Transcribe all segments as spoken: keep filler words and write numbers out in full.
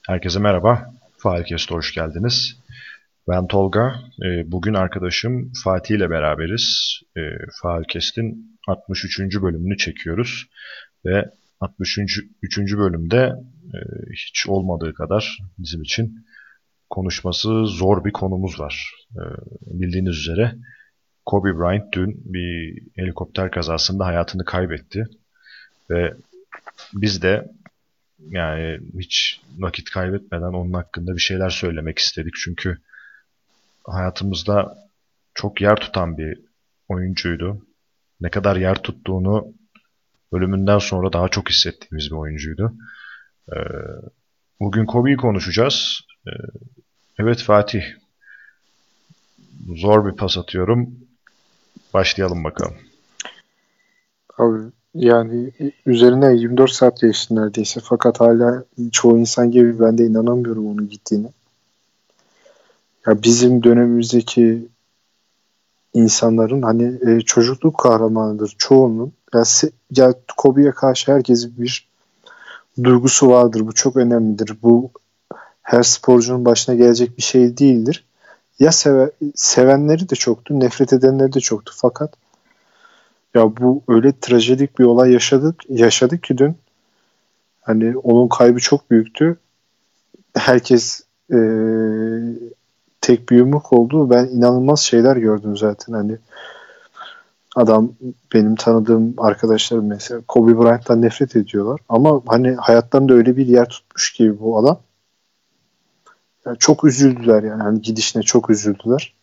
Herkese merhaba. Fahri hoş geldiniz. Ben Tolga. Ee, Bugün arkadaşım Fatih ile beraberiz. Ee, Fahri altmış üçüncü bölümünü çekiyoruz. Ve altmış üçüncü bölümde e, hiç olmadığı kadar bizim için konuşması zor bir konumuz var. Ee, Bildiğiniz üzere Kobe Bryant dün bir helikopter kazasında hayatını kaybetti. Ve biz de yani hiç vakit kaybetmeden onun hakkında bir şeyler söylemek istedik. Çünkü hayatımızda çok yer tutan bir oyuncuydu. Ne kadar yer tuttuğunu ölümünden sonra daha çok hissettiğimiz bir oyuncuydu. Ee, Bugün Kobe'yi konuşacağız. Ee, evet Fatih, zor bir pas atıyorum. Başlayalım bakalım. Abi yani üzerine yirmi dört saat geçti neredeyse. Fakat hala çoğu insan gibi ben de inanamıyorum onun gittiğine. Ya bizim dönemimizdeki insanların hani e, çocukluk kahramanıdır çoğunun. Ya, se- ya Kobe'ye karşı herkesin bir duygusu vardır. Bu çok önemlidir. Bu her sporcunun başına gelecek bir şey değildir. Ya seve, sevenleri de çoktu, nefret edenleri de çoktu. Fakat ya bu öyle trajedik bir olay yaşadık yaşadık ki dün. Hani onun kaybı çok büyüktü. Herkes e, tek bir yumruk oldu. Ben inanılmaz şeyler gördüm zaten. Hani adam benim tanıdığım arkadaşlarım mesela Kobe Bryant'tan nefret ediyorlar. Ama hani hayatlarında öyle bir yer tutmuş ki bu adam. Yani çok üzüldüler yani. Hani gidişine çok üzüldüler.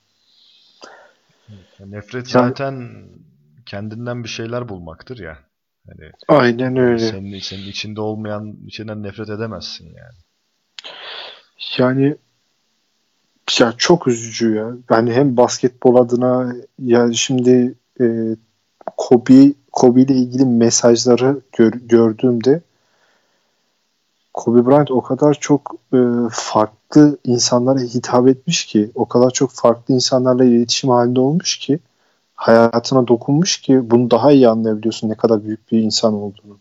Nefret Yani zaten kendinden bir şeyler bulmaktır ya. Hani aynen e, öyle. senin, senin içinde olmayan bir şeyden nefret edemezsin yani. Yani ya çok üzücü ya. Yani hem basketbol adına ya şimdi e, Kobe Kobe ile ilgili mesajları gör, gördüğümde Kobe Bryant o kadar çok e, farklı insanlara hitap etmiş ki, o kadar çok farklı insanlarla iletişim halinde olmuş ki, hayatına dokunmuş ki bunu daha iyi anlayabiliyorsun ne kadar büyük bir insan olduğunu.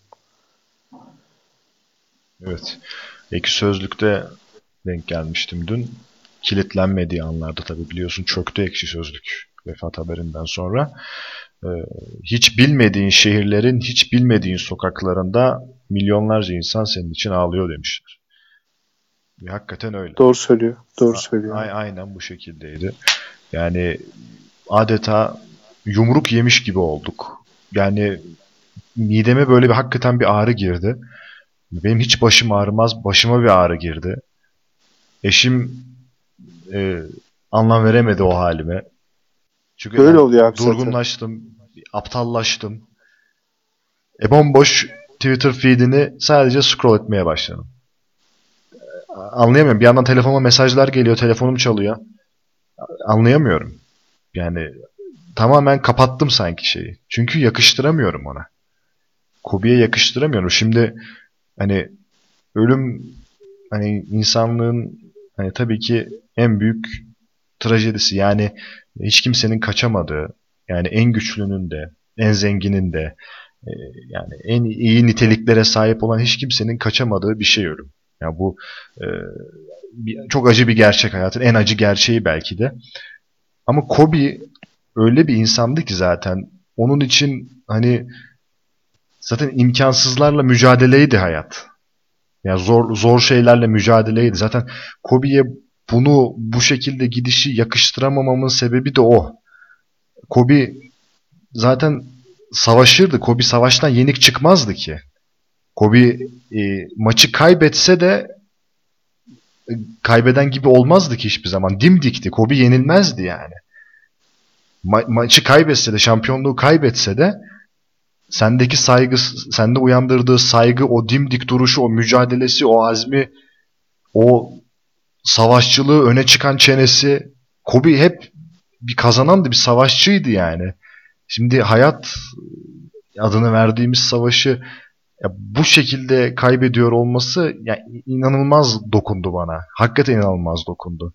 Evet. Ekşi Sözlük'te denk gelmiştim dün. Kilitlenmediği anlarda tabii biliyorsun çöktü Ekşi Sözlük vefat haberinden sonra. Ee, Hiç bilmediğin şehirlerin, hiç bilmediğin sokaklarında milyonlarca insan senin için ağlıyor demişler. Ve hakikaten öyle. Doğru söylüyor. Doğru A- söylüyor. a- aynen bu şekildeydi. Yani adeta yumruk yemiş gibi olduk. Yani mideme böyle bir hakikaten bir ağrı girdi. Benim hiç başım ağrımaz, başıma bir ağrı girdi. Eşim e, anlam veremedi o halime. Çünkü Öyle yani oluyor abi zaten. durgunlaştım, aptallaştım. E bomboş Twitter feedini sadece scroll etmeye başladım. Anlayamıyorum. Bir yandan telefonuma mesajlar geliyor, telefonum çalıyor. Anlayamıyorum. Yani tamamen kapattım sanki şeyi. Çünkü yakıştıramıyorum ona. Kobe'ye yakıştıramıyorum. Şimdi hani ölüm hani insanlığın hani tabii ki en büyük trajedisi. Yani hiç kimsenin kaçamadığı, yani en güçlünün de, en zenginin de, e, yani en iyi niteliklere sahip olan hiç kimsenin kaçamadığı bir şey ölüm. Yani bu e, bir, çok acı bir gerçek, hayatın en acı gerçeği belki de. Ama Kobe öyle bir insandı ki zaten onun için hani zaten imkansızlarla mücadeleydi hayat. Yani zor zor şeylerle mücadeleydi. Zaten Kobe'ye bunu bu şekilde gidişi yakıştıramamamın sebebi de o. Kobe zaten savaşırdı. Kobe savaştan yenik çıkmazdı ki. Kobe e, maçı kaybetse de e, kaybeden gibi olmazdı ki hiçbir zaman. Dimdikti. Kobe yenilmezdi yani. Ma- maçı kaybetse de, şampiyonluğu kaybetse de sendeki saygı, sende uyandırdığı saygı, o dimdik duruşu, o mücadelesi, o azmi, o savaşçılığı, öne çıkan çenesi. Kobe hep bir kazanandı, bir savaşçıydı yani. Şimdi hayat adını verdiğimiz savaşı ya bu şekilde kaybediyor olması ya inanılmaz dokundu bana. Hakikaten inanılmaz dokundu.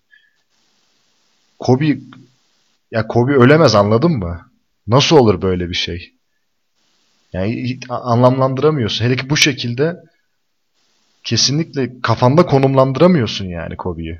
Kobe ya Kobe ölemez, anladın mı? Nasıl olur böyle bir şey? Yani anlamlandıramıyorsun. Hele ki bu şekilde kesinlikle kafanda konumlandıramıyorsun yani Kobe'yi.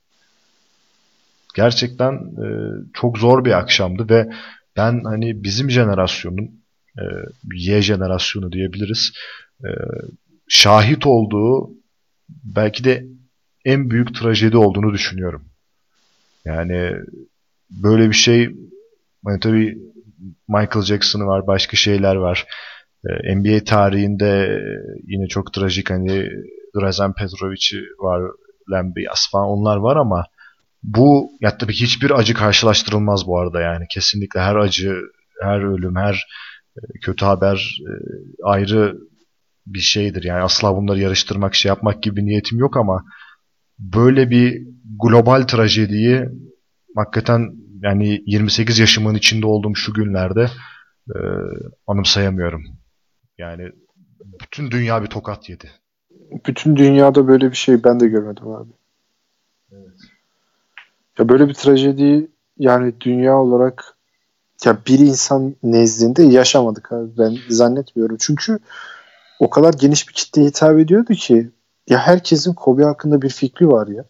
Gerçekten e, çok zor bir akşamdı ve ben hani bizim jenerasyonun e, Y jenerasyonu diyebiliriz. E, şahit olduğu belki de en büyük trajedi olduğunu düşünüyorum. Yani böyle bir şey, hani tabii Michael Jackson'ı var, başka şeyler var. E, N B A tarihinde yine çok trajik, hani Drazen Petrovic'i var, Len Bias falan, onlar var ama bu, ya tabii hiçbir acı karşılaştırılmaz bu arada yani. Kesinlikle her acı, her ölüm, her e, kötü haber e, ayrı bir şeydir. Yani asla bunları yarıştırmak, şey yapmak gibi bir niyetim yok ama böyle bir global trajediyi hakikaten yani yirmi sekiz yaşımın içinde olduğum şu günlerde e, anımsayamıyorum. Yani bütün dünya bir tokat yedi. Bütün dünyada böyle bir şey ben de görmedim abi. Evet. Ya böyle bir trajedi yani dünya olarak ya bir insan nezdinde yaşamadık abi. Ben zannetmiyorum. Çünkü o kadar geniş bir kitleye hitap ediyordu ki ya herkesin Kobe hakkında bir fikri var ya.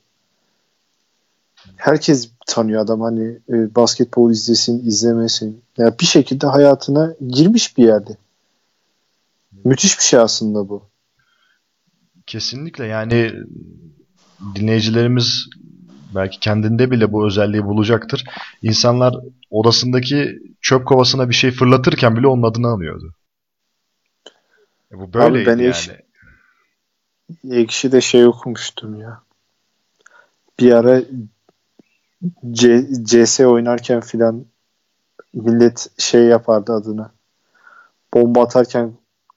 Herkes tanıyor adam, hani e, basketbol izlesin, izlemesin. Ya bir şekilde hayatına girmiş bir yerde. Müthiş bir şey aslında bu. Kesinlikle yani dinleyicilerimiz belki kendinde bile bu özelliği bulacaktır. İnsanlar odasındaki çöp kovasına bir şey fırlatırken bile onun adını anıyordu. E bu Abi ben böyleydi Ekşi, yani. Ekşi'de şey okumuştum ya. Bir ara C, CS oynarken filan millet şey yapardı adını. Bomba atarken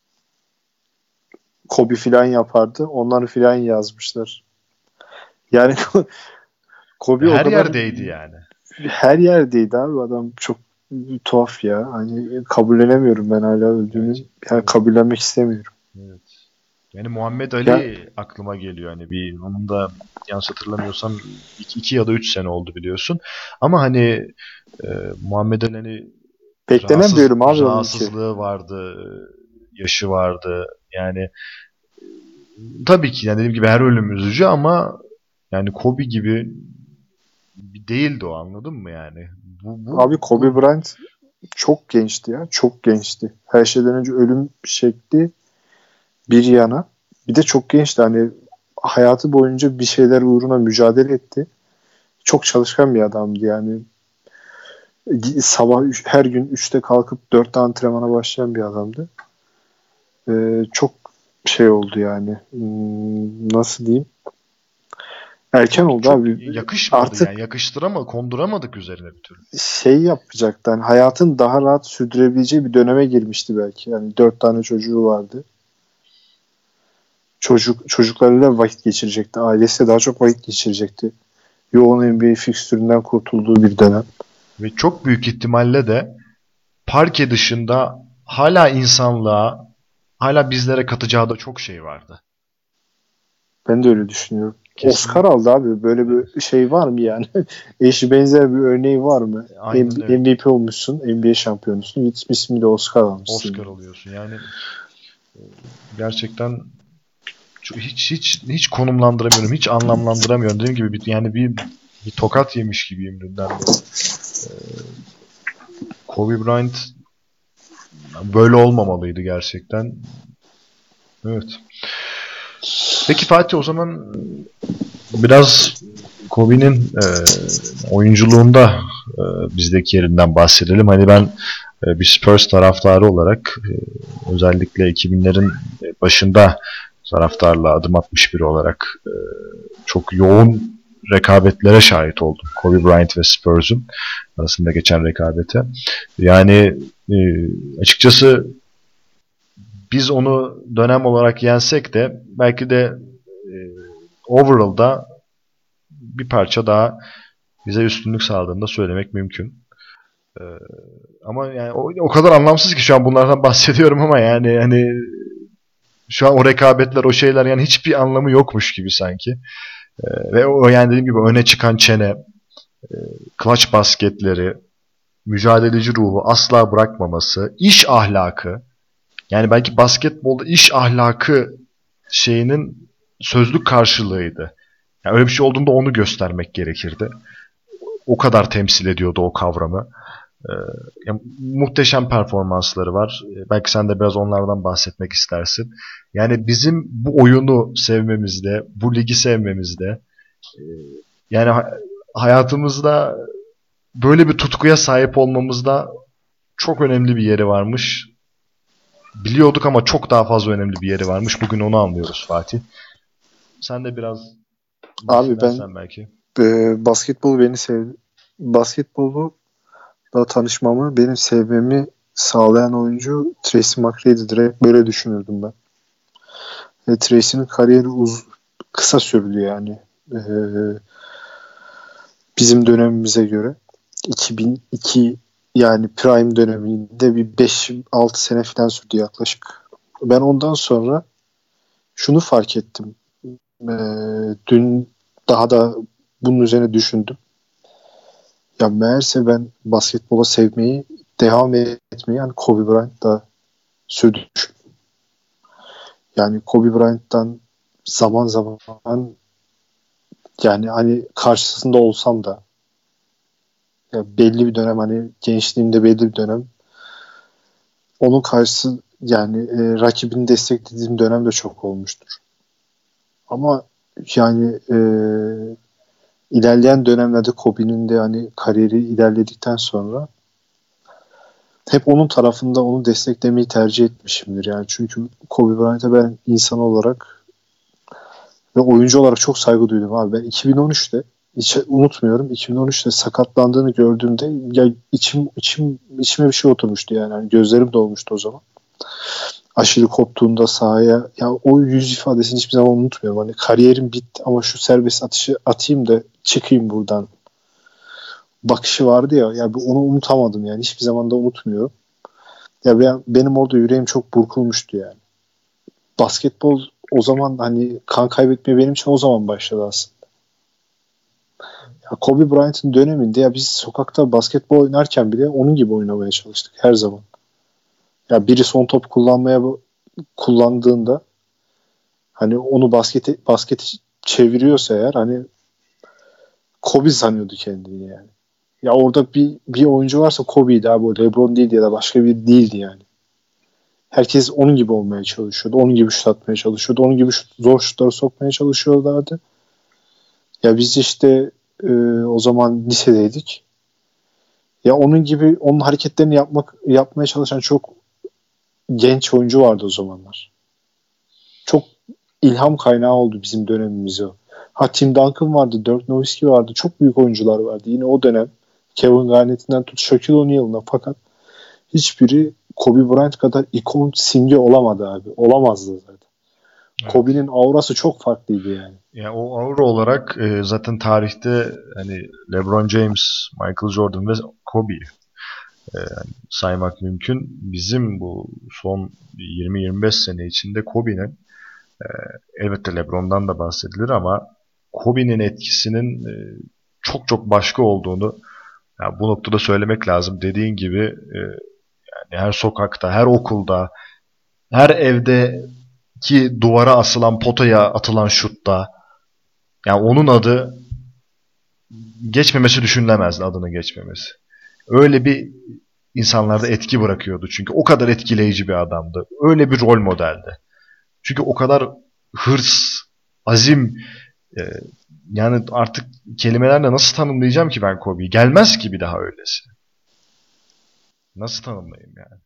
Kobe filan yapardı. Onları filan yazmışlar. Yani Kobe o Her kadar yerdeydi yani. her yerdeydi abi, adam çok tuhaf ya. Hani kabullenemiyorum ben hala öldüğünü. Gerçekten Yani evet. kabullenmek istemiyorum. Evet. Yani Muhammed Ya Ali aklıma geliyor. Hani bir, onun da yanlış hatırlamıyorsam iki, iki ya da üç sene oldu biliyorsun. Ama hani e, Muhammed Ali hani rahatsız, beklenemiyorum abi onunki. rahatsızlığı vardı, yaşı vardı. Yani tabii ki yani dediğim gibi her ölüm üzücü ama yani Kobe gibi bir değildi o, anladın mı yani? Bu bu Abi Kobe bu Bryant çok gençti ya. Çok gençti. Her şeyden önce ölüm şekli bir yana. Bir de çok gençti. Hani hayatı boyunca bir şeyler uğruna mücadele etti. Çok çalışkan bir adamdı yani. Sabah üç- her gün üçte kalkıp dörtte antrenmana başlayan bir adamdı. Ee, çok şey oldu yani. Hmm, nasıl diyeyim? Erken çok oldu çok abi. yakışmadı yani, Artık yakıştırama konduramadık üzerine bir türlü. şey yapacaktı. Hani hayatın daha rahat sürdürebileceği bir döneme girmişti belki. Yani dört tane çocuğu vardı. Çocuk çocuklarıyla vakit geçirecekti. Ailesiyle daha çok vakit geçirecekti. Yoğun N B A fikstüründen kurtulduğu bir dönem. Ve çok büyük ihtimalle de parke dışında hala insanlığa, hala bizlere katacağı da çok şey vardı. Ben de öyle düşünüyorum. Oscar Kesinlikle. aldı abi. Böyle bir şey var mı yani? Eşi benzer bir örneği var mı? Aynen öyle. M V P olmuşsun, N B A şampiyonusun. Gitmişsin bir de Oscar almışsın. Oscar Yani. alıyorsun. Yani gerçekten Şu- hiç hiç hiç konumlandıramıyorum, hiç anlamlandıramıyorum. Dediğim gibi bir, yani bir bir tokat yemiş gibiyim dünden beri. Kobe Bryant böyle olmamalıydı gerçekten. Evet. Peki Fatih, o zaman biraz Kobe'nin e, oyunculuğunda e, bizdeki yerinden bahsedelim. Hani ben e, bir Spurs taraftarı olarak e, özellikle iki binlerin başında taraftarla adım atmış biri olarak e, çok yoğun rekabetlere şahit oldum. Kobe Bryant ve Spurs'un arasında geçen rekabete. Yani e, açıkçası biz onu dönem olarak yensek de belki de e, overall'da bir parça daha bize üstünlük sağladığını da söylemek mümkün. E, ama yani o, o kadar anlamsız ki şu an bunlardan bahsediyorum ama yani hani şu an o rekabetler, o şeyler yani hiçbir anlamı yokmuş gibi sanki. E, ve o yani dediğim gibi öne çıkan çene, clutch basketleri, mücadeleci ruhu asla bırakmaması, iş ahlakı, yani belki basketbolda iş ahlakı şeyinin sözlük karşılığıydı. Yani öyle bir şey olduğunda onu göstermek gerekirdi. O kadar temsil ediyordu o kavramı. Ee, ya, muhteşem performansları var. Ee, belki sen de biraz onlardan bahsetmek istersin. Yani bizim bu oyunu sevmemizde, bu ligi sevmemizde, e, yani ha- hayatımızda böyle bir tutkuya sahip olmamızda çok önemli bir yeri varmış. Biliyorduk ama çok daha fazla önemli bir yeri varmış. Bugün onu anlıyoruz Fatih. Sen de biraz Abi ben bahsedersen belki. e, basketbolu beni sev basketbolu da tanışmamı, benim sevmemi sağlayan oyuncu Tracy McGrady'dir. Direkt böyle düşünürdüm ben. Ve Tracy'nin kariyeri uz kısa sürdü yani. E, bizim dönemimize göre. iki bin iki yani prime döneminde bir beş altı sene falan sürdü yaklaşık. Ben ondan sonra şunu fark ettim. Ee, dün daha da bunun üzerine düşündüm. Ya meğerse ben basketbola sevmeyi, devam etmeyi yani Kobe Bryant'da sürdürmüşüm. Yani Kobe Bryant'tan zaman zaman yani hani karşısında olsam da ya belli bir dönem, hani gençliğimde belli bir dönem onun karşısı yani e, rakibini desteklediğim dönem de çok olmuştur. Ama yani e, ilerleyen dönemlerde Kobe'nin de hani kariyeri ilerledikten sonra hep onun tarafında, onu desteklemeyi tercih etmişimdir. Yani çünkü Kobe Bryant'a ben insan olarak ve oyuncu olarak çok saygı duydum abi. Ben iki bin on üçte hiç unutmuyorum. iki bin on üçte sakatlandığını gördüğümde ya içim içim içime bir şey oturmuştu yani. Yani gözlerim dolmuştu o zaman. Aşırı koptuğunda sahaya, ya o yüz ifadesini hiçbir zaman unutmuyorum. Hani kariyerim bitti ama şu serbest atışı atayım da çıkayım buradan bakışı vardı ya. Ya onu unutamadım yani. Hiçbir zaman da unutmuyorum. Ya ben, benim orada yüreğim çok burkulmuştu yani. Basketbol o zaman hani kan kaybetme benim için o zaman başladı aslında. Ya Kobe Bryant'ın döneminde ya biz sokakta basketbol oynarken bile onun gibi oynamaya çalıştık her zaman. Ya biri son top kullanmaya kullandığında hani onu baskete baskete çeviriyorsa eğer hani Kobe sanıyordu kendini yani. Ya orada bir bir oyuncu varsa Kobe'ydi abi, o LeBron değildi ya da başka biri değildi yani. Herkes onun gibi olmaya çalışıyordu. Onun gibi şut atmaya çalışıyordu. Onun gibi şut, zor şutları sokmaya çalışıyorlardı. Ya biz işte e, o zaman lisedeydik. Ya onun gibi onun hareketlerini yapmak yapmaya çalışan çok genç oyuncu vardı o zamanlar. Çok ilham kaynağı oldu bizim dönemimiz o. Ha Tim Duncan vardı, Dirk Nowitzki vardı. Çok büyük oyuncular vardı. Yine o dönem Kevin Garnett'inden tut Shaquille O'Neal'ına, fakat hiçbiri Kobe Bryant kadar ikon, simge olamadı abi. Olamazdı zaten. Evet. Kobe'nin aurası çok farklıydı yani. Yani o aura olarak e, zaten tarihte hani LeBron James, Michael Jordan ve Kobe e, saymak mümkün. Bizim bu son yirmi yirmi beş sene içinde Kobe'nin, e, elbette LeBron'dan da bahsedilir ama Kobe'nin etkisinin e, çok çok başka olduğunu yani bu noktada söylemek lazım. Dediğin gibi e, yani her sokakta, her okulda, her evdeki duvara asılan potaya atılan şutta, yani onun adı geçmemesi düşünülemezdi, adının geçmemesi. Öyle bir insanlarda etki bırakıyordu çünkü o kadar etkileyici bir adamdı. Öyle bir rol modeldi. Çünkü o kadar hırs, azim, e, yani artık kelimelerle nasıl tanımlayacağım ki ben Kobe'yi? Gelmez ki bir daha öylesi. Nasıl tanımlayayım yani?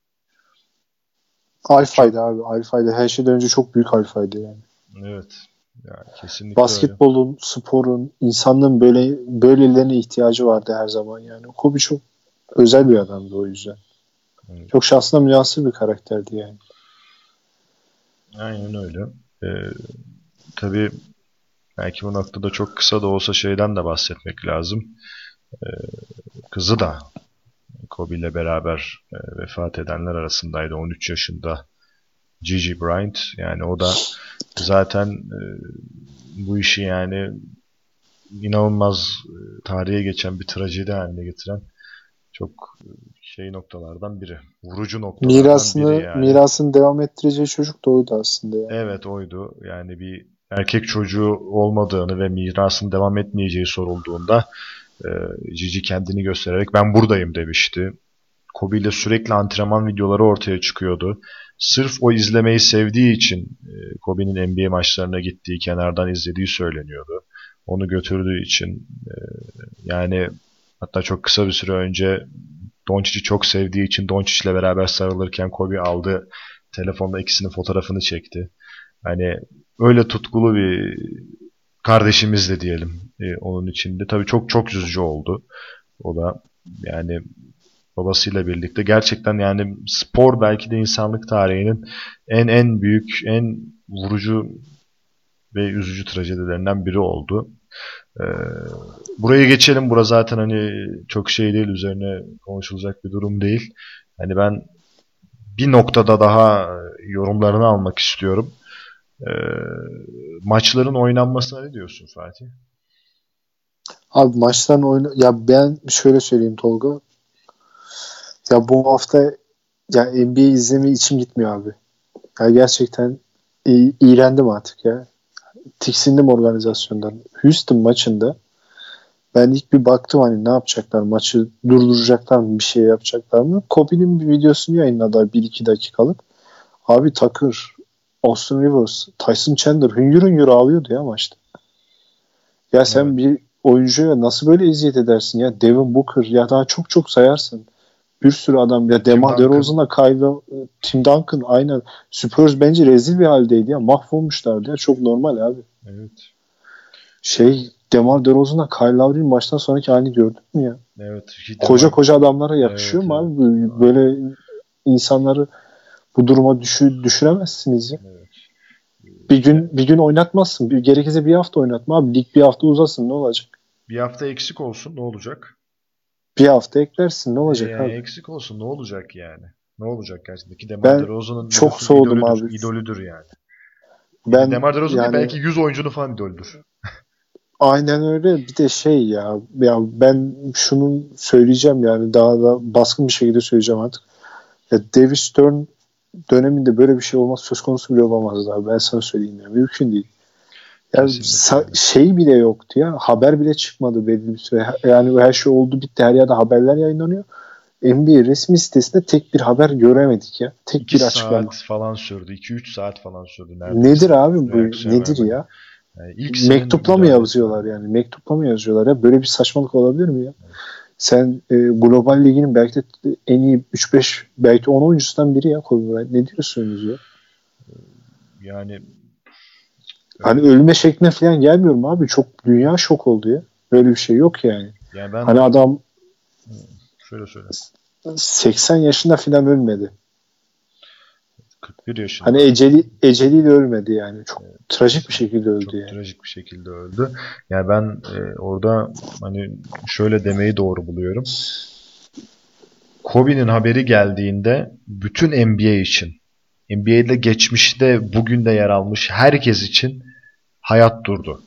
Çok, Alfaydı abi. Alfaydı. Her şeyden önce çok büyük alfaydı yani. evet. Yani kesinlikle öyle. Basketbolun, sporun, insanlığın böyle böylelerine ihtiyacı vardı her zaman yani. Kobe çok özel bir adamdı o yüzden. Evet. Çok şansına münhasır bir karakterdi yani. Aynen öyle. Ee, tabii belki bu noktada çok kısa da olsa şeyden de bahsetmek lazım. Ee, kızı da Kobe ile beraber e, vefat edenler arasındaydı. on üç yaşında Gigi Bryant. Yani o da zaten e, bu işi yani inanılmaz e, tarihe geçen bir trajedi haline getiren çok e, şey noktalardan biri. Vurucu noktalardan biri Mirasını yani. mirasını devam ettireceği çocuk da oydu aslında yani. Evet oydu. Yani bir erkek çocuğu olmadığını ve mirasın devam etmeyeceği sorulduğunda e, Gigi kendini göstererek ben buradayım demişti. Kobe ile sürekli antrenman videoları ortaya çıkıyordu. Sırf o izlemeyi sevdiği için e, Kobe'nin N B A maçlarına gittiği, kenardan izlediği söyleniyordu. Onu götürdüğü için e, yani hatta çok kısa bir süre önce Doncic'i çok sevdiği için Doncic'le beraber sarılırken Kobe aldı, telefonda ikisinin fotoğrafını çekti. Hani öyle tutkulu bir kardeşimiz de diyelim e, onun içinde. Tabii çok çok üzücü oldu. O da yani babasıyla birlikte gerçekten yani spor belki de insanlık tarihinin en en büyük, en vurucu ve üzücü trajedilerinden biri oldu. Ee, buraya geçelim. Burası zaten hani çok şey değil, üzerine konuşulacak bir durum değil. Hani ben bir noktada daha yorumlarını almak istiyorum. Ee, maçların oynanmasına ne diyorsun Fatih? Abi maçtan oyna ya ben şöyle söyleyeyim Tolga. Ya bu hafta ya N B A izlemeye içim gitmiyor abi. Ya gerçekten i- iğrendim artık ya. Tiksindim organizasyondan. Houston maçında ben ilk bir baktım hani ne yapacaklar, maçı durduracaklar mı, bir şey yapacaklar mı? Kobe'nin bir videosunu yayınladılar bir iki dakikalık. Abi Tucker, Austin Rivers, Tyson Chandler hüngür hüngür ağlıyordu ya maçta. Ya Evet. sen bir oyuncuya nasıl böyle eziyet edersin ya? Devin Booker ya daha çok çok sayarsın. Bir sürü adam ya Tim DeMar Duncan. DeRozan'la Kyle, Tim Duncan aynen. Spurs bence rezil bir haldeydi ya. Mahvolmuşlardı ya. Çok normal abi. Evet. Şey DeMar DeRozan'la Kyle Lowry'nin maçtan sonraki halini gördün mü ya? Evet. Koca Hidemar. koca adamlara yakışıyor Evet, mu evet. abi? Böyle böyle insanları bu duruma düşü, düşüremezsiniz ya. Evet. Bir Ya, gün bir gün oynatmazsın. Bir, gerekirse bir hafta oynatma abi. Lig bir hafta uzasın ne olacak? bir hafta eksik olsun ne olacak? Bir hafta eklersin ne E, olacak yani abi? eksik olsun ne olacak yani? Ne olacak gerçekten? Ki DeMar Ben DeRozan'ın çok biliyorsun soğudum idolüdür. abi. İdolüdür yani. Bir de Ben DeMar DeRozan değil yani belki yüz oyuncunun falan idolüdür. aynen öyle. Bir de şey ya, ya ben şunu söyleyeceğim yani daha da baskın bir şekilde söyleyeceğim artık. Ya David Stern döneminde böyle bir şey olmaz söz konusu bile olamazdı abi. Ben sana söyleyeyim ya. Mümkün değil. Yani Kesinlikle. sa- şey bile yoktu ya. Haber bile çıkmadı belli bir süre. Yani her şey oldu bitti. Her yerde haberler yayınlanıyor. N B A resmi sitesinde tek bir haber göremedik ya. Tek iki bir açıklama. saat falan sürdü. iki üç saat falan sürdü Nedir neredeyse abi bu? reaksiyon Nedir vermeleri. ya? Yani ilk senin Mektupla mı müdahalesi. yazıyorlar yani? Mektupla mı yazıyorlar ya? Böyle bir saçmalık olabilir mi ya? Sen e, Global Ligi'nin belki de en iyi üç beş belki on oyuncusundan biri ya Kobe Bryant. Ne diyorsunuz ya? Yani e, Hani ölme şekline falan gelmiyorum abi. Çok dünya şok oldu ya. Böyle bir şey yok yani. yani ben Hani adam şöyle söyle. seksen yaşında falan ölmedi. kırk bir yaşında Hani öldü. eceli eceliyle ölmedi yani. Çok trajik bir Kesinlikle. şekilde öldü Çok yani. trajik bir şekilde öldü. Yani ben e, orada hani şöyle demeyi doğru buluyorum. Kobe'nin haberi geldiğinde bütün N B A için, N B A'de geçmişte bugün de yer almış herkes için hayat durdu.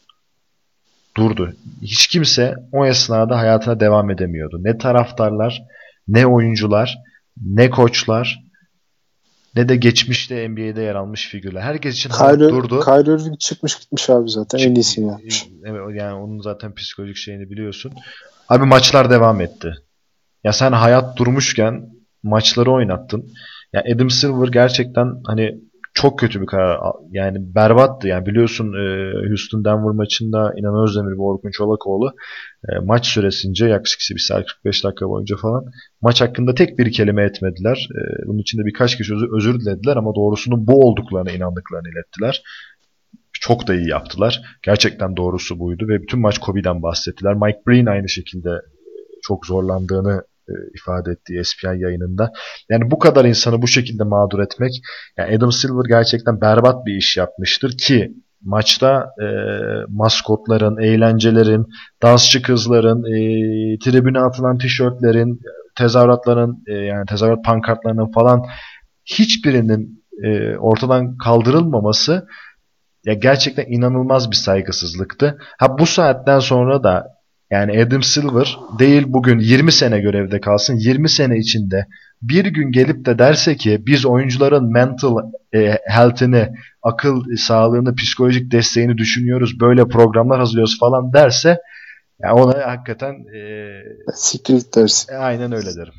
Durdu. Hiç kimse o esnada hayatına devam edemiyordu. Ne taraftarlar, ne oyuncular, ne koçlar, ne de geçmişte N B A'de yer almış figürler. Herkes için hayat Kyrie, durdu. Kyrie Irving çıkmış gitmiş abi zaten. En Çık, iyisini yapmış. evet, yani onun zaten psikolojik şeyini biliyorsun. Abi maçlar devam etti. Ya sen hayat durmuşken maçları oynattın. Ya Adam Silver gerçekten hani çok kötü bir karar. Yani berbattı. Yani biliyorsun e, Houston Denver maçında İnan Özdemir ve Orkun Çolakoğlu e, maç süresince yaklaşık bir saat kırk beş dakika boyunca falan maç hakkında tek bir kelime etmediler. E, bunun içinde birkaç kişi özür, özür dilediler ama doğrusunun bu olduklarına inandıklarını ilettiler. Çok da iyi yaptılar. Gerçekten doğrusu buydu ve bütün maç Kobe'den bahsettiler. Mike Breen aynı şekilde çok zorlandığını e, ifade ettiği E S P N yayınında. Yani bu kadar insanı bu şekilde mağdur etmek, yani Adam Silver gerçekten berbat bir iş yapmıştır ki maçta e, maskotların, eğlencelerin, dansçı kızların, e, tribüne atılan tişörtlerin, tezahüratların, e, yani tezahürat pankartlarının falan hiçbirinin e, ortadan kaldırılmaması ya gerçekten inanılmaz bir saygısızlıktı. Ha bu saatten sonra da yani Adam Silver değil bugün yirmi sene görevde kalsın. yirmi sene içinde bir gün gelip de derse ki biz oyuncuların mental e, health'ini, akıl sağlığını, psikolojik desteğini düşünüyoruz, böyle programlar hazırlıyoruz falan derse, ya ona hakikaten e, Siktir git dersin. e, aynen öyle derim.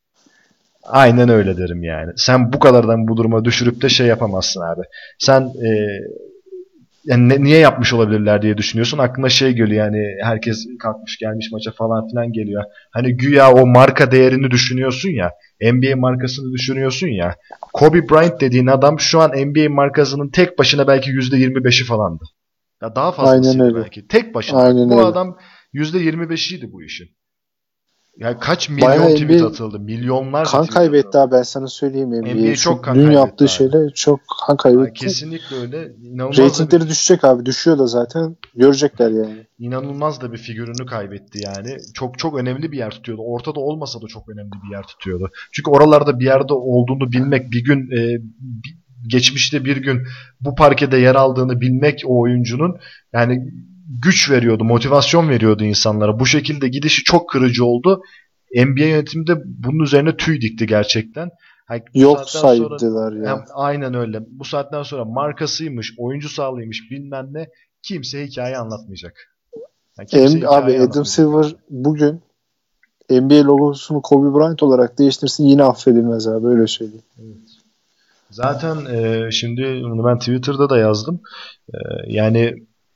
Aynen öyle derim yani. Sen bu kadardan bu duruma düşürüp de şey yapamazsın abi. Sen e, yani ne- niye yapmış olabilirler diye düşünüyorsun. Aklına şey geliyor, yani herkes kalkmış gelmiş maça falan filan geliyor. Hani güya o marka değerini düşünüyorsun ya. N B A markasını düşünüyorsun ya. Kobe Bryant dediğin adam şu an N B A markasının tek başına belki yüzde yirmi beşi falandı. Ya daha Aynen fazlasıydı öyle. belki. Tek başına bak. Aynen Bu öyle. adam yüzde yirmi beşiydi bu işin. Yani kaç milyon Bayağı tweet N B A atıldı. Milyonlarca kan tweet kaybetti atıldı. abi, ben sana söyleyeyim. N B A N B A şu çok kan dün kaybetti yaptığı abi. şeyle çok kan Ha, kaybetti. kesinlikle öyle. İnanılmaz da bir Reytingleri düşecek abi. Düşüyor da zaten. Görecekler yani. inanılmaz da bir figürünü kaybetti yani. Çok çok önemli bir yer tutuyordu. Ortada olmasa da çok önemli bir yer tutuyordu. Çünkü oralarda bir yerde olduğunu bilmek, bir gün e, bir- geçmişte bir gün bu parkede yer aldığını bilmek o oyuncunun, yani güç veriyordu, motivasyon veriyordu insanlara. Bu şekilde gidişi çok kırıcı oldu. N B A yönetimi de bunun üzerine tüy dikti gerçekten. Hani bu Yok saatten sonra saydılar hem ya. aynen öyle. Bu saatten sonra markasıymış, oyuncu sağlığıymış bilmem ne, kimse hikaye anlatmayacak. Yani kimse Em- Abi hikaye Adam anlatmayacak Silver abi. bugün N B A logosunu Kobe Bryant olarak değiştirsin, yine affedilmez abi, öyle söyleyeyim. Evet. Zaten e, şimdi bunu ben Twitter'da da yazdım. E, yani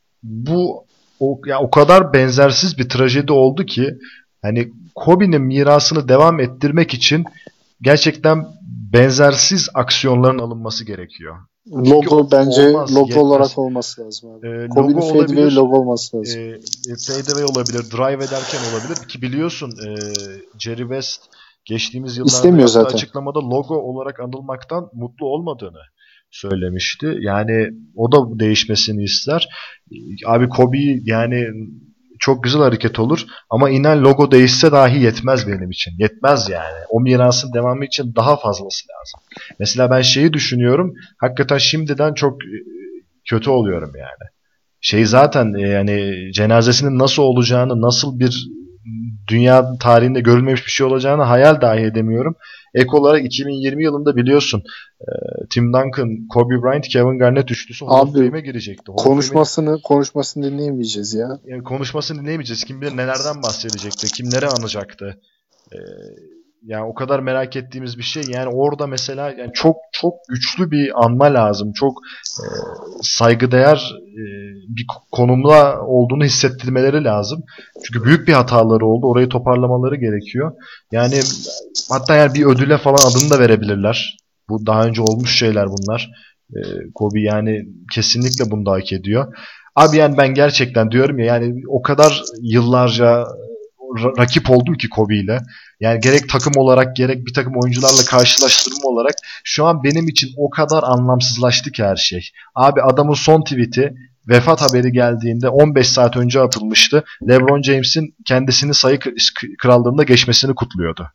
bu o, ya o kadar benzersiz bir trajedi oldu ki, hani Kobe'nin mirasını devam ettirmek için gerçekten benzersiz aksiyonların alınması gerekiyor. Çünkü Logo bence olmaz, logo olarak yetmez. olması lazım abi. E, Kobe'nin logo fadeaway olabilir, logo olması e, lazım. e, fadeaway olabilir, drive ederken olabilir ki biliyorsun e, Jerry West geçtiğimiz yıllarda İstemiyor yaptığı zaten. açıklamada logo olarak anılmaktan mutlu olmadığını söylemişti. Yani o da değişmesini ister. E, Abi Kobe yani çok güzel hareket olur ama inan logo değişse dahi yetmez benim için. Yetmez yani. O mirasın devamı için daha fazlası lazım. Mesela ben şeyi düşünüyorum. Hakikaten şimdiden çok e, kötü oluyorum yani. Şey zaten e, yani cenazesinin nasıl olacağını, nasıl bir dünya tarihinde görülmemiş bir şey olacağını hayal dahi edemiyorum. Ek olarak iki bin yirmi yılında biliyorsun e, Tim Duncan, Kobe Bryant, Kevin Garnett üçlüsü Hall of Abi Fame'e girecekti. Hall of Fame'in konuşmasını konuşmasını dinleyemeyeceğiz ya. yani konuşmasını dinleyemeyeceğiz. Kim bilir nelerden bahsedecekti, kimleri anacaktı. E, Yani o kadar merak ettiğimiz bir şey. Yani orada mesela yani çok çok güçlü bir anma lazım. Çok e, saygıdeğer e, bir konumda olduğunu hissettirmeleri lazım. Çünkü büyük bir hataları oldu. Orayı toparlamaları gerekiyor. Yani hatta yani bir ödüle falan adını da verebilirler. Bu daha önce olmuş şeyler bunlar. E, Kobe yani kesinlikle bunu da hak ediyor. Abi yani ben gerçekten diyorum ya, yani o kadar yıllarca ra- rakip oldum ki Kobe ile. Yani gerek takım olarak gerek bir takım oyuncularla karşılaştırma olarak şu an benim için o kadar anlamsızlaştı ki her şey. Abi adamın son tweet'i vefat haberi geldiğinde on beş saat önce atılmıştı. LeBron James'in kendisini sayı krallığında geçmesini kutluyordu.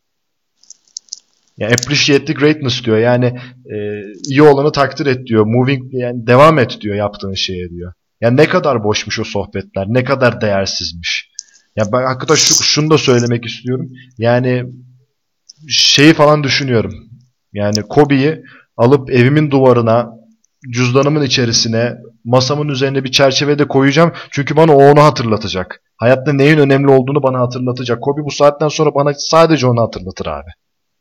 Yani appreciate the greatness diyor. Yani e, iyi olanı takdir et diyor. Moving yani devam et diyor yaptığın şeye diyor. Yani ne kadar boşmuş o sohbetler. Ne kadar değersizmiş. Ya ben hakikaten şu, şunu da söylemek istiyorum. Yani şeyi falan düşünüyorum. Yani Kobe'yi alıp evimin duvarına, cüzdanımın içerisine, masamın üzerine bir çerçevede koyacağım. Çünkü bana o onu hatırlatacak. Hayatta neyin önemli olduğunu bana hatırlatacak. Kobe bu saatten sonra bana sadece onu hatırlatır abi.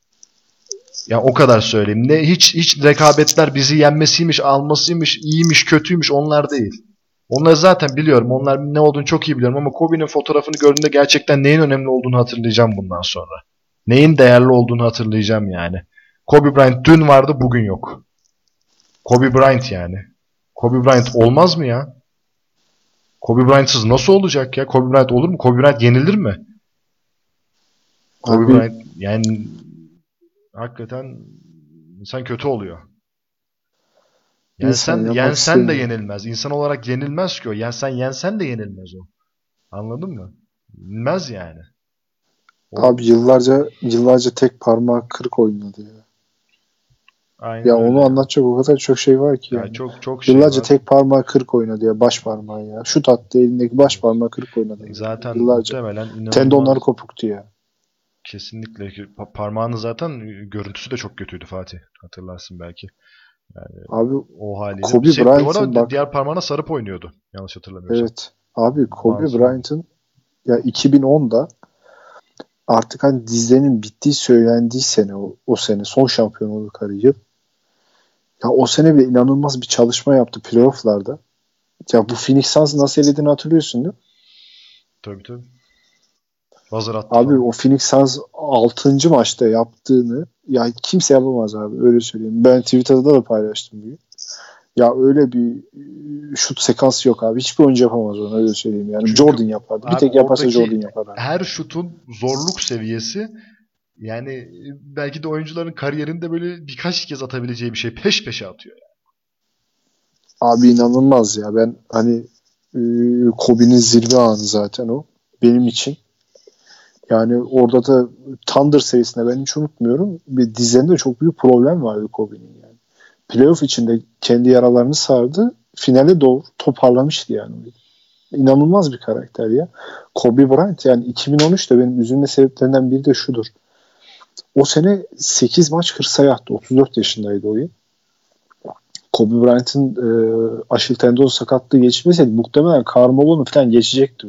Ya o kadar söyleyeyim. Ne hiç hiç rekabetler bizi yenmesiymiş, almasıymış, iyiymiş, kötüymüş onlar değil. Onları zaten biliyorum. Onlar ne olduğunu çok iyi biliyorum ama Kobe'nin fotoğrafını gördüğümde gerçekten neyin önemli olduğunu hatırlayacağım bundan sonra. Neyin değerli olduğunu hatırlayacağım yani. Kobe Bryant dün vardı, bugün yok. Kobe Bryant yani. Kobe Bryant olmaz mı ya? Kobe Bryant'sız nasıl olacak ya? Kobe Bryant olur mu? Kobe Bryant yenilir mi? Kobe Abi Bryant yani hakikaten insan kötü oluyor. insan Yensen, yapmak yensen de istemiyor. yenilmez. İnsan olarak yenilmez ki o. Yani sen yensen de yenilmez o. Anladın mı? Yenilmez yani. O Abi yıllarca yıllarca tek parmağı kırık oynadı ya. aynen Ya öyle onu ya. anlatacak o kadar çok şey var ki Ya yani. çok çok şey Yıllarca var. tek parmağı kırık oynadı ya, baş parmağı ya. Şut attı, elindeki baş parmağı kırık oynadı. Zaten Yıllarca. muhtemelen Tendonları inanılmaz kopuktu ya. Kesinlikle. Pa- parmağının zaten görüntüsü de çok kötüydü Fatih. Hatırlarsın belki. Yani Abi o haliyle. Kobe Şey, bir Bryant'ın ara bak, diğer parmağına sarıp oynuyordu. Yanlış hatırlamıyorsam. evet abi Kobe Bounce oynuyordu. Bryant'ın ya iki bin onda artık hani dizlerinin bittiği söylendiği sene o, o sene son şampiyon oldukları yıl. Ya o sene bile inanılmaz bir çalışma yaptı playoff'larda. Ya bu Phoenix Suns'ı nasıl elediğini hatırlıyorsun değil mi? Tabii tabii. Buzzer attı Abi falan. o Phoenix Suns altıncı maçta yaptığını ya kimse yapamaz abi öyle söyleyeyim. Ben Twitter'da da paylaştım bugün. Ya öyle bir e, şut sekansı yok abi. Hiçbir oyuncu yapamaz onu öyle söyleyeyim. Yani Çünkü Jordan yapardı. Bir abi tek yaparsa oradaki Jordan yapar abi. her şutun zorluk seviyesi, yani belki de oyuncuların kariyerinde böyle birkaç kez atabileceği bir şey peş peşe atıyor. Abi inanılmaz ya. Ben hani e, Kobe'nin zirve anı zaten o. Benim için. Yani orada da Thunder serisinde ben hiç unutmuyorum. Bir dizlerinde çok büyük problem vardı Kobe'nin yani. Playoff içinde kendi yaralarını sardı. Finale doğru toparlamıştı yani. İnanılmaz bir karakter ya. Kobe Bryant yani iki bin on üçte benim üzülme sebeplerinden biri de şudur. O sene sekiz maç kırk sayı attı. otuz dört yaşındaydı o yıl. Kobe Bryant'ın e, Aşil tendon sakatlığı geçmeseydi muhtemelen Karl Malone'u falan geçecekti.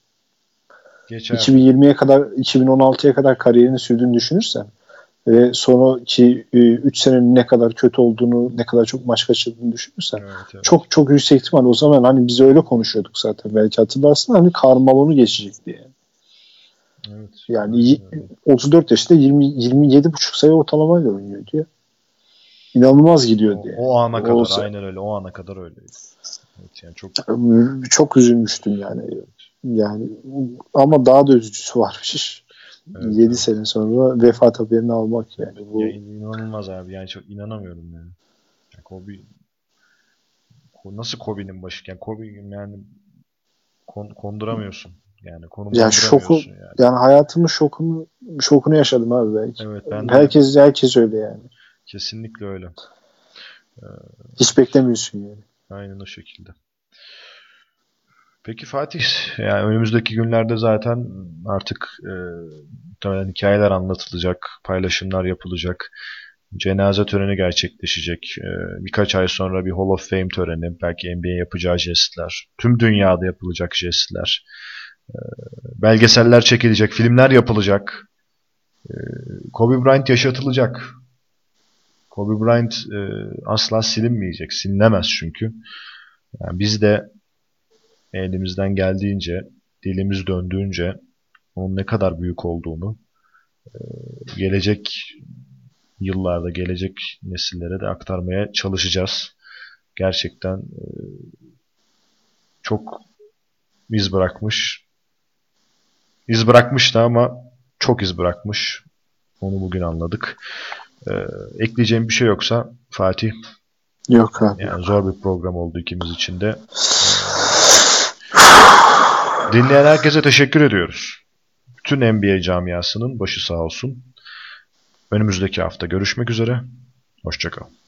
Geçerdi. iki bin yirmiye kadar iki bin on altıya kadar kariyerini sürdüğünü düşünürsen ve sonraki üç senenin ne kadar kötü olduğunu, ne kadar çok maç kaçırdığını düşünürsen Evet, evet. çok çok yüksek ihtimal o zaman hani biz öyle konuşuyorduk zaten belki hatırlarsın hani Karl Malone'u geçecekti yani. Evet. Yani Aynen öyle. otuz dört yaşında yirmi yirmi yedi buçuk sayı ortalamayla oynuyordu ya. İnanılmaz gidiyordu O, yani. o ana O, kadar aynen öyle. O ana kadar öyleydi. Evet, yani çok çok üzülmüştüm yani. Yani ama daha da üzücüsü varmış. evet, yedi evet. sene sonra vefat haberini almak yani. Ya Bu inanılmaz abi. Yani çok inanamıyorum yani. Yani Kobe, nasıl Kobe'nin başı? Yani Kobe yani kon, konduramıyorsun. Yani ya şoku konumlandıramıyorsun yani. yani hayatımın şokunu şokunu yaşadım abi belki. Evet, ben de Herkes herkes öyle yani. kesinlikle öyle. Hiç beklemiyorsun yani. Aynen o şekilde. Peki Fatih, yani önümüzdeki günlerde zaten artık e, muhtemelen hikayeler anlatılacak, paylaşımlar yapılacak, cenaze töreni gerçekleşecek, e, birkaç ay sonra bir Hall of Fame töreni, belki N B A yapacağı jestler, tüm dünyada yapılacak jestler, belgeseller çekilecek, filmler yapılacak, Kobe Bryant yaşatılacak. Kobe Bryant e, asla silinmeyecek, silinemez çünkü. Yani biz de elimizden geldiğince, dilimiz döndüğünce onun ne kadar büyük olduğunu gelecek yıllarda, gelecek nesillere de aktarmaya çalışacağız. Gerçekten e, çok iz bırakmış. İz bırakmıştı ama çok iz bırakmış. Onu bugün anladık. E, ekleyeceğim bir şey yoksa Fatih, Yok abi yani yok. zor bir program oldu ikimiz için de. E, dinleyen herkese teşekkür ediyoruz. Bütün N B A camiasının başı sağ olsun. Önümüzdeki hafta görüşmek üzere. Hoşça kal.